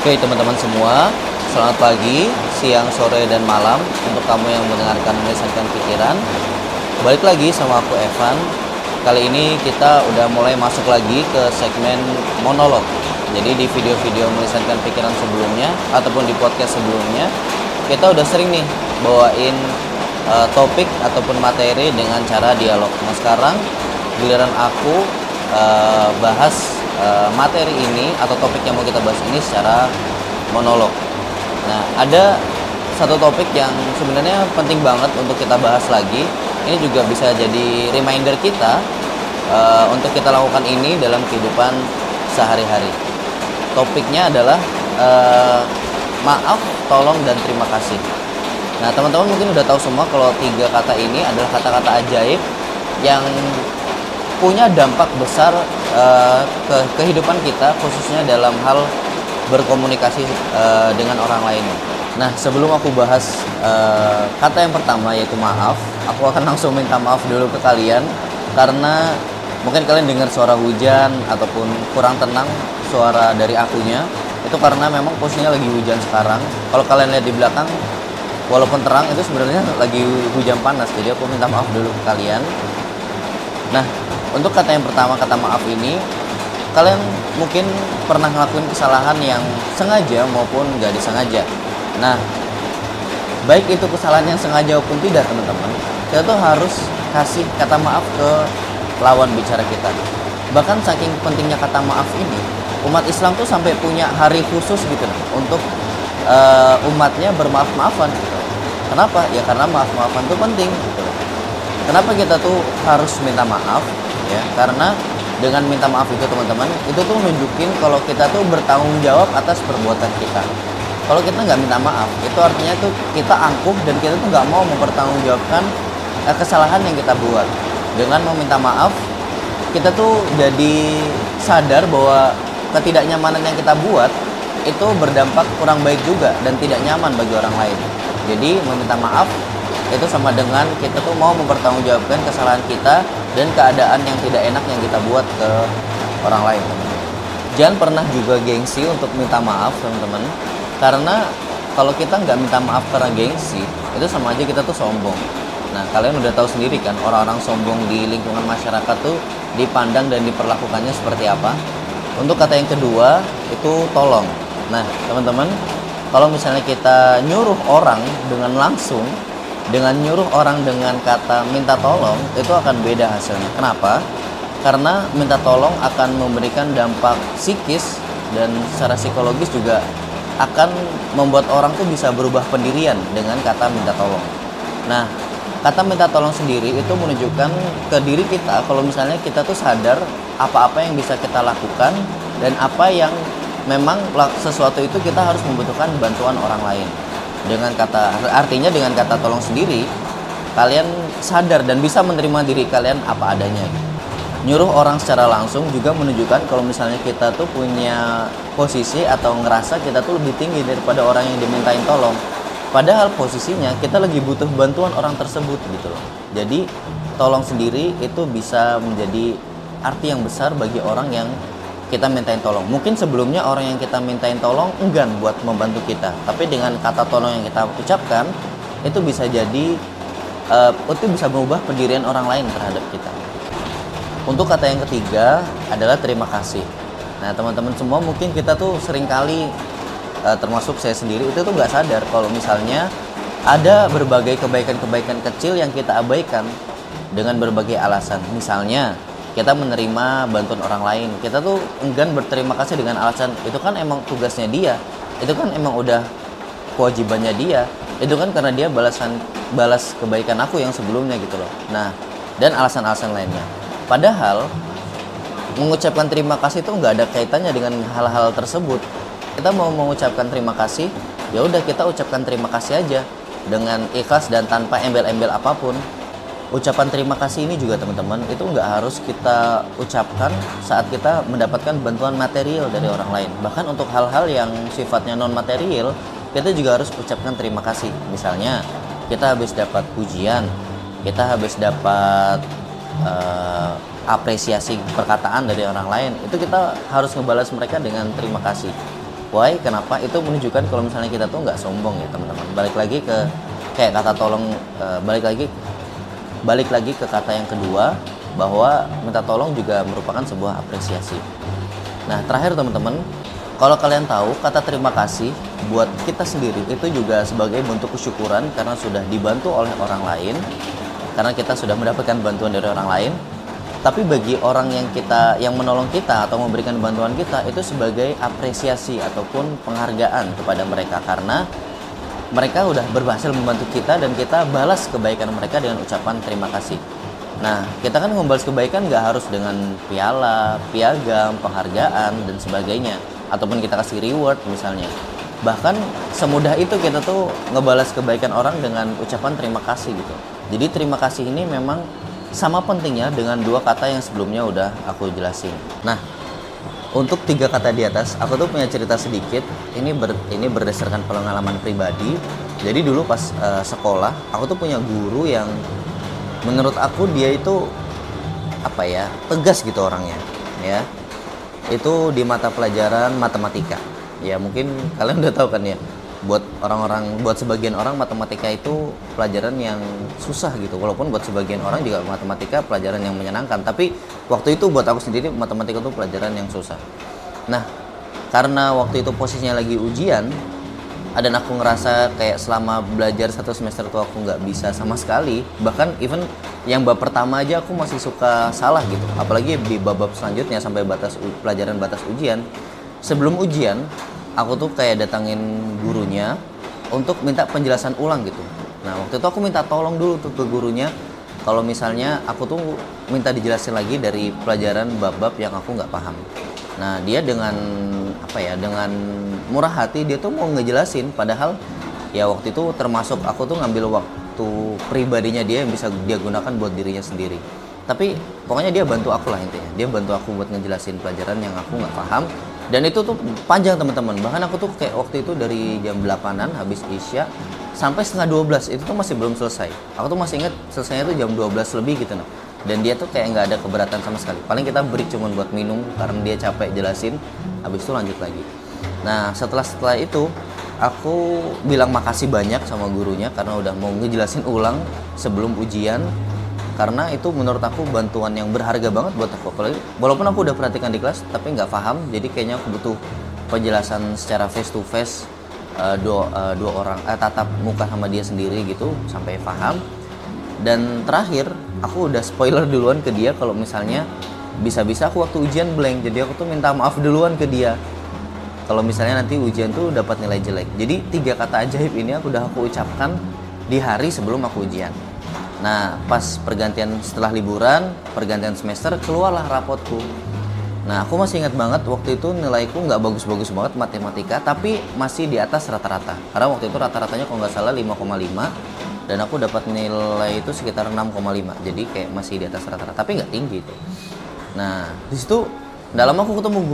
Oke teman-teman semua, selamat pagi, siang, sore, dan malam untuk kamu yang mendengarkan Melisankan Pikiran. Balik lagi sama aku Evan. Kali ini kita udah mulai masuk lagi ke segmen monolog. Jadi di video-video Melisankan Pikiran sebelumnya ataupun di podcast sebelumnya, kita udah sering nih bawain topik ataupun materi dengan cara dialog. Nah sekarang giliran aku bahas materi ini atau topik yang mau kita bahas ini secara monolog. Nah, ada satu topik yang sebenarnya penting banget untuk kita bahas lagi. Ini juga bisa jadi reminder kita untuk kita lakukan ini dalam kehidupan sehari-hari. Topiknya adalah maaf, tolong, dan terima kasih. Nah, teman-teman mungkin udah tahu semua kalau tiga kata ini adalah kata-kata ajaib yang punya dampak besar ke kehidupan kita, khususnya dalam hal berkomunikasi dengan orang lain. Nah, sebelum aku bahas kata yang pertama yaitu maaf, aku akan langsung minta maaf dulu ke kalian karena mungkin kalian dengar suara hujan ataupun kurang tenang suara dari akunya. Itu karena memang posisinya lagi hujan sekarang. Kalau kalian lihat di belakang, walaupun terang itu sebenarnya lagi hujan panas. Jadi aku minta maaf dulu ke kalian. Nah, untuk kata yang pertama, kata maaf ini, kalian mungkin pernah ngelakuin kesalahan yang sengaja maupun nggak disengaja. Nah, baik itu kesalahan yang sengaja maupun tidak, teman-teman, kita tuh harus kasih kata maaf ke lawan bicara kita. Bahkan saking pentingnya kata maaf ini, umat Islam tuh sampai punya hari khusus gitu untuk umatnya bermaaf-maafan gitu. Kenapa? Ya karena maaf-maafan tuh penting gitu. Kenapa kita tuh harus minta maaf? Ya, karena dengan minta maaf itu teman-teman, itu tuh nunjukin kalau kita tuh bertanggung jawab atas perbuatan kita. Kalau kita nggak minta maaf, itu artinya tuh kita angkuh dan kita tuh nggak mau mempertanggungjawabkan kesalahan yang kita buat. Dengan meminta maaf, kita tuh jadi sadar bahwa ketidaknyamanan yang kita buat itu berdampak kurang baik juga dan tidak nyaman bagi orang lain. Jadi meminta maaf itu sama dengan kita tuh mau mempertanggungjawabkan kesalahan kita dan keadaan yang tidak enak yang kita buat ke orang lain. Jangan pernah juga gengsi untuk minta maaf, teman-teman. Karena kalau kita nggak minta maaf karena gengsi, itu sama aja kita tuh sombong. Nah, kalian udah tahu sendiri kan, orang-orang sombong di lingkungan masyarakat tuh dipandang dan diperlakukannya seperti apa. Untuk kata yang kedua, itu tolong. Nah, teman-teman, kalau misalnya kita nyuruh orang dengan langsung, dengan nyuruh orang dengan kata minta tolong, itu akan beda hasilnya. Kenapa? Karena minta tolong akan memberikan dampak psikis dan secara psikologis juga akan membuat orang tuh bisa berubah pendirian dengan kata minta tolong. Nah, kata minta tolong sendiri itu menunjukkan ke diri kita kalau misalnya kita tuh sadar apa-apa yang bisa kita lakukan dan apa yang memang sesuatu itu kita harus membutuhkan bantuan orang lain. Artinya dengan kata tolong sendiri, kalian sadar dan bisa menerima diri kalian apa adanya. Nyuruh orang secara langsung juga menunjukkan kalau misalnya kita tuh punya posisi atau ngerasa kita tuh lebih tinggi daripada orang yang dimintain tolong. Padahal posisinya kita lagi butuh bantuan orang tersebut gitu loh. Jadi tolong sendiri itu bisa menjadi arti yang besar bagi orang yang kita mintain tolong. Mungkin sebelumnya orang yang kita mintain tolong enggan buat membantu kita, tapi dengan kata tolong yang kita ucapkan itu bisa jadi itu bisa mengubah pendirian orang lain terhadap kita. Untuk kata yang ketiga adalah terima kasih. Nah, teman-teman semua mungkin kita tuh seringkali termasuk saya sendiri itu tuh nggak sadar kalau misalnya ada berbagai kebaikan-kebaikan kecil yang kita abaikan dengan berbagai alasan. Misalnya kita menerima bantuan orang lain, kita tuh enggan berterima kasih dengan alasan itu kan emang tugasnya dia, itu kan emang udah kewajibannya dia, itu kan karena dia balas kebaikan aku yang sebelumnya gitu loh. Nah, dan alasan-alasan lainnya. Padahal mengucapkan terima kasih itu nggak ada kaitannya dengan hal-hal tersebut. Kita mau mengucapkan terima kasih, ya udah kita ucapkan terima kasih aja dengan ikhlas dan tanpa embel-embel apapun. Ucapan terima kasih ini juga teman-teman itu nggak harus kita ucapkan saat kita mendapatkan bantuan material dari orang lain. Bahkan untuk hal-hal yang sifatnya non material kita juga harus ucapkan terima kasih. Misalnya kita habis dapat pujian, kita habis dapat apresiasi perkataan dari orang lain, itu kita harus ngebalas mereka dengan terima kasih. Why? Kenapa? Itu menunjukkan kalau misalnya kita tuh nggak sombong ya teman-teman. Balik lagi ke kayak kata tolong, balik lagi ke kata yang kedua, bahwa minta tolong juga merupakan sebuah apresiasi. Nah, terakhir teman-teman, kalau kalian tahu, kata terima kasih buat kita sendiri itu juga sebagai bentuk kesyukuran karena sudah dibantu oleh orang lain, karena kita sudah mendapatkan bantuan dari orang lain. Tapi bagi orang yang menolong kita atau memberikan bantuan kita, itu sebagai apresiasi ataupun penghargaan kepada mereka, karena mereka udah berhasil membantu kita dan kita balas kebaikan mereka dengan ucapan terima kasih. Nah, kita kan membalas kebaikan nggak harus dengan piala, piagam, penghargaan, dan sebagainya, ataupun kita kasih reward misalnya. Bahkan semudah itu kita tuh ngebalas kebaikan orang dengan ucapan terima kasih gitu. Jadi terima kasih ini memang sama pentingnya dengan dua kata yang sebelumnya udah aku jelasin. Nah, untuk 3 kata di atas, aku tuh punya cerita sedikit. Ini berdasarkan pengalaman pribadi. Jadi dulu pas sekolah, aku tuh punya guru yang menurut aku dia itu tegas gitu orangnya, ya. Itu di mata pelajaran matematika. Ya mungkin kalian udah tahu kan ya. Buat sebagian orang matematika itu pelajaran yang susah gitu. Walaupun buat sebagian orang juga matematika pelajaran yang menyenangkan. Tapi waktu itu buat aku sendiri matematika itu pelajaran yang susah. Nah, karena waktu itu posisinya lagi ujian, dan aku ngerasa kayak selama belajar 1 semester itu aku nggak bisa sama sekali. Bahkan even yang bab pertama aja aku masih suka salah gitu. Apalagi di bab selanjutnya sampai pelajaran batas ujian. Sebelum ujian, aku tuh kayak datangin gurunya untuk minta penjelasan ulang gitu. Nah, waktu itu aku minta tolong dulu tuh ke gurunya, kalau misalnya aku tuh minta dijelasin lagi dari pelajaran bab-bab yang aku nggak paham. Nah, dia dengan dengan murah hati dia tuh mau ngejelasin, padahal ya waktu itu termasuk aku tuh ngambil waktu pribadinya dia yang bisa dia gunakan buat dirinya sendiri. Tapi pokoknya dia bantu aku lah intinya. Dia bantu aku buat ngejelasin pelajaran yang aku nggak paham. Dan itu tuh panjang teman-teman. Bahkan aku tuh kayak waktu itu dari jam 8-an habis Isya sampai setengah 12 itu tuh masih belum selesai. Aku tuh masih ingat selesainya tuh jam 12 lebih gitu nah. Dan dia tuh kayak nggak ada keberatan sama sekali. Paling kita break cuman buat minum karena dia capek jelasin. Habis itu lanjut lagi. Nah, setelah itu aku bilang makasih banyak sama gurunya karena udah mau ngejelasin ulang sebelum ujian. Karena itu menurut aku bantuan yang berharga banget buat aku. Apalagi walaupun aku udah perhatikan di kelas tapi nggak paham, jadi kayaknya aku butuh penjelasan secara face to face, dua orang tatap muka sama dia sendiri gitu sampai paham. Dan terakhir aku udah spoiler duluan ke dia kalau misalnya bisa-bisa aku waktu ujian blank, jadi aku tuh minta maaf duluan ke dia kalau misalnya nanti ujian tuh dapat nilai jelek. Jadi 3 kata ajaib ini aku ucapkan di hari sebelum aku ujian. Nah, pas setelah liburan, pergantian semester, keluarlah rapotku. Nah, aku masih ingat banget waktu itu nilaiku nggak bagus-bagus banget matematika, tapi masih di atas rata-rata. Karena waktu itu rata-ratanya kalau nggak salah 5,5, dan aku dapat nilai itu sekitar 6,5. Jadi kayak masih di atas rata-rata, tapi nggak tinggi itu. Nah, di situ dalam aku ketemu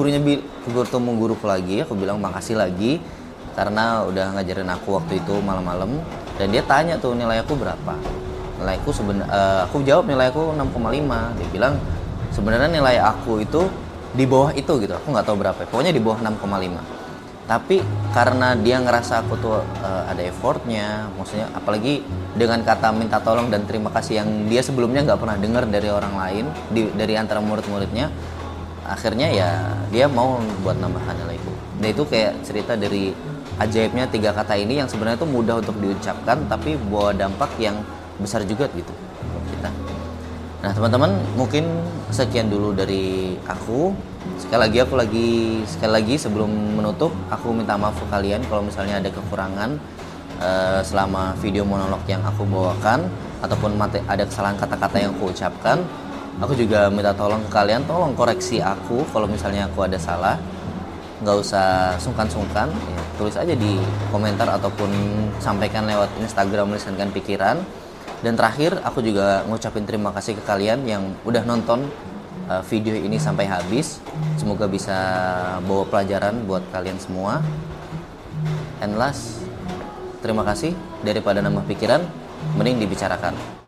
guruku lagi, aku bilang makasih lagi karena udah ngajarin aku waktu itu malam-malam, dan dia tanya tuh nilai aku berapa. Nilaiku aku jawab nilaiku 6,5. Dia bilang sebenarnya nilai aku itu di bawah itu gitu. Aku nggak tahu berapa. Pokoknya di bawah 6,5. Tapi karena dia ngerasa aku tuh ada effortnya, maksudnya apalagi dengan kata minta tolong dan terima kasih yang dia sebelumnya nggak pernah dengar dari orang lain, dari antara murid-muridnya, akhirnya ya dia mau buat nambahan nilaiku. Nah, itu kayak cerita dari ajaibnya 3 kata ini yang sebenarnya tuh mudah untuk diucapkan tapi bawa dampak yang besar juga gitu buat kita. Nah, teman-teman, mungkin sekian dulu dari aku. Sekali lagi sebelum menutup, aku minta maaf ke kalian kalau misalnya ada kekurangan selama video monolog yang aku bawakan ataupun ada kesalahan kata-kata yang aku ucapkan. Aku juga minta tolong ke kalian, tolong koreksi aku kalau misalnya aku ada salah. Nggak usah sungkan-sungkan, ya, tulis aja di komentar ataupun sampaikan lewat Instagram Lisankan Pikiran. Dan terakhir, aku juga ngucapin terima kasih ke kalian yang udah nonton video ini sampai habis. Semoga bisa bawa pelajaran buat kalian semua. And last, terima kasih. Daripada nambah pikiran, mending dibicarakan.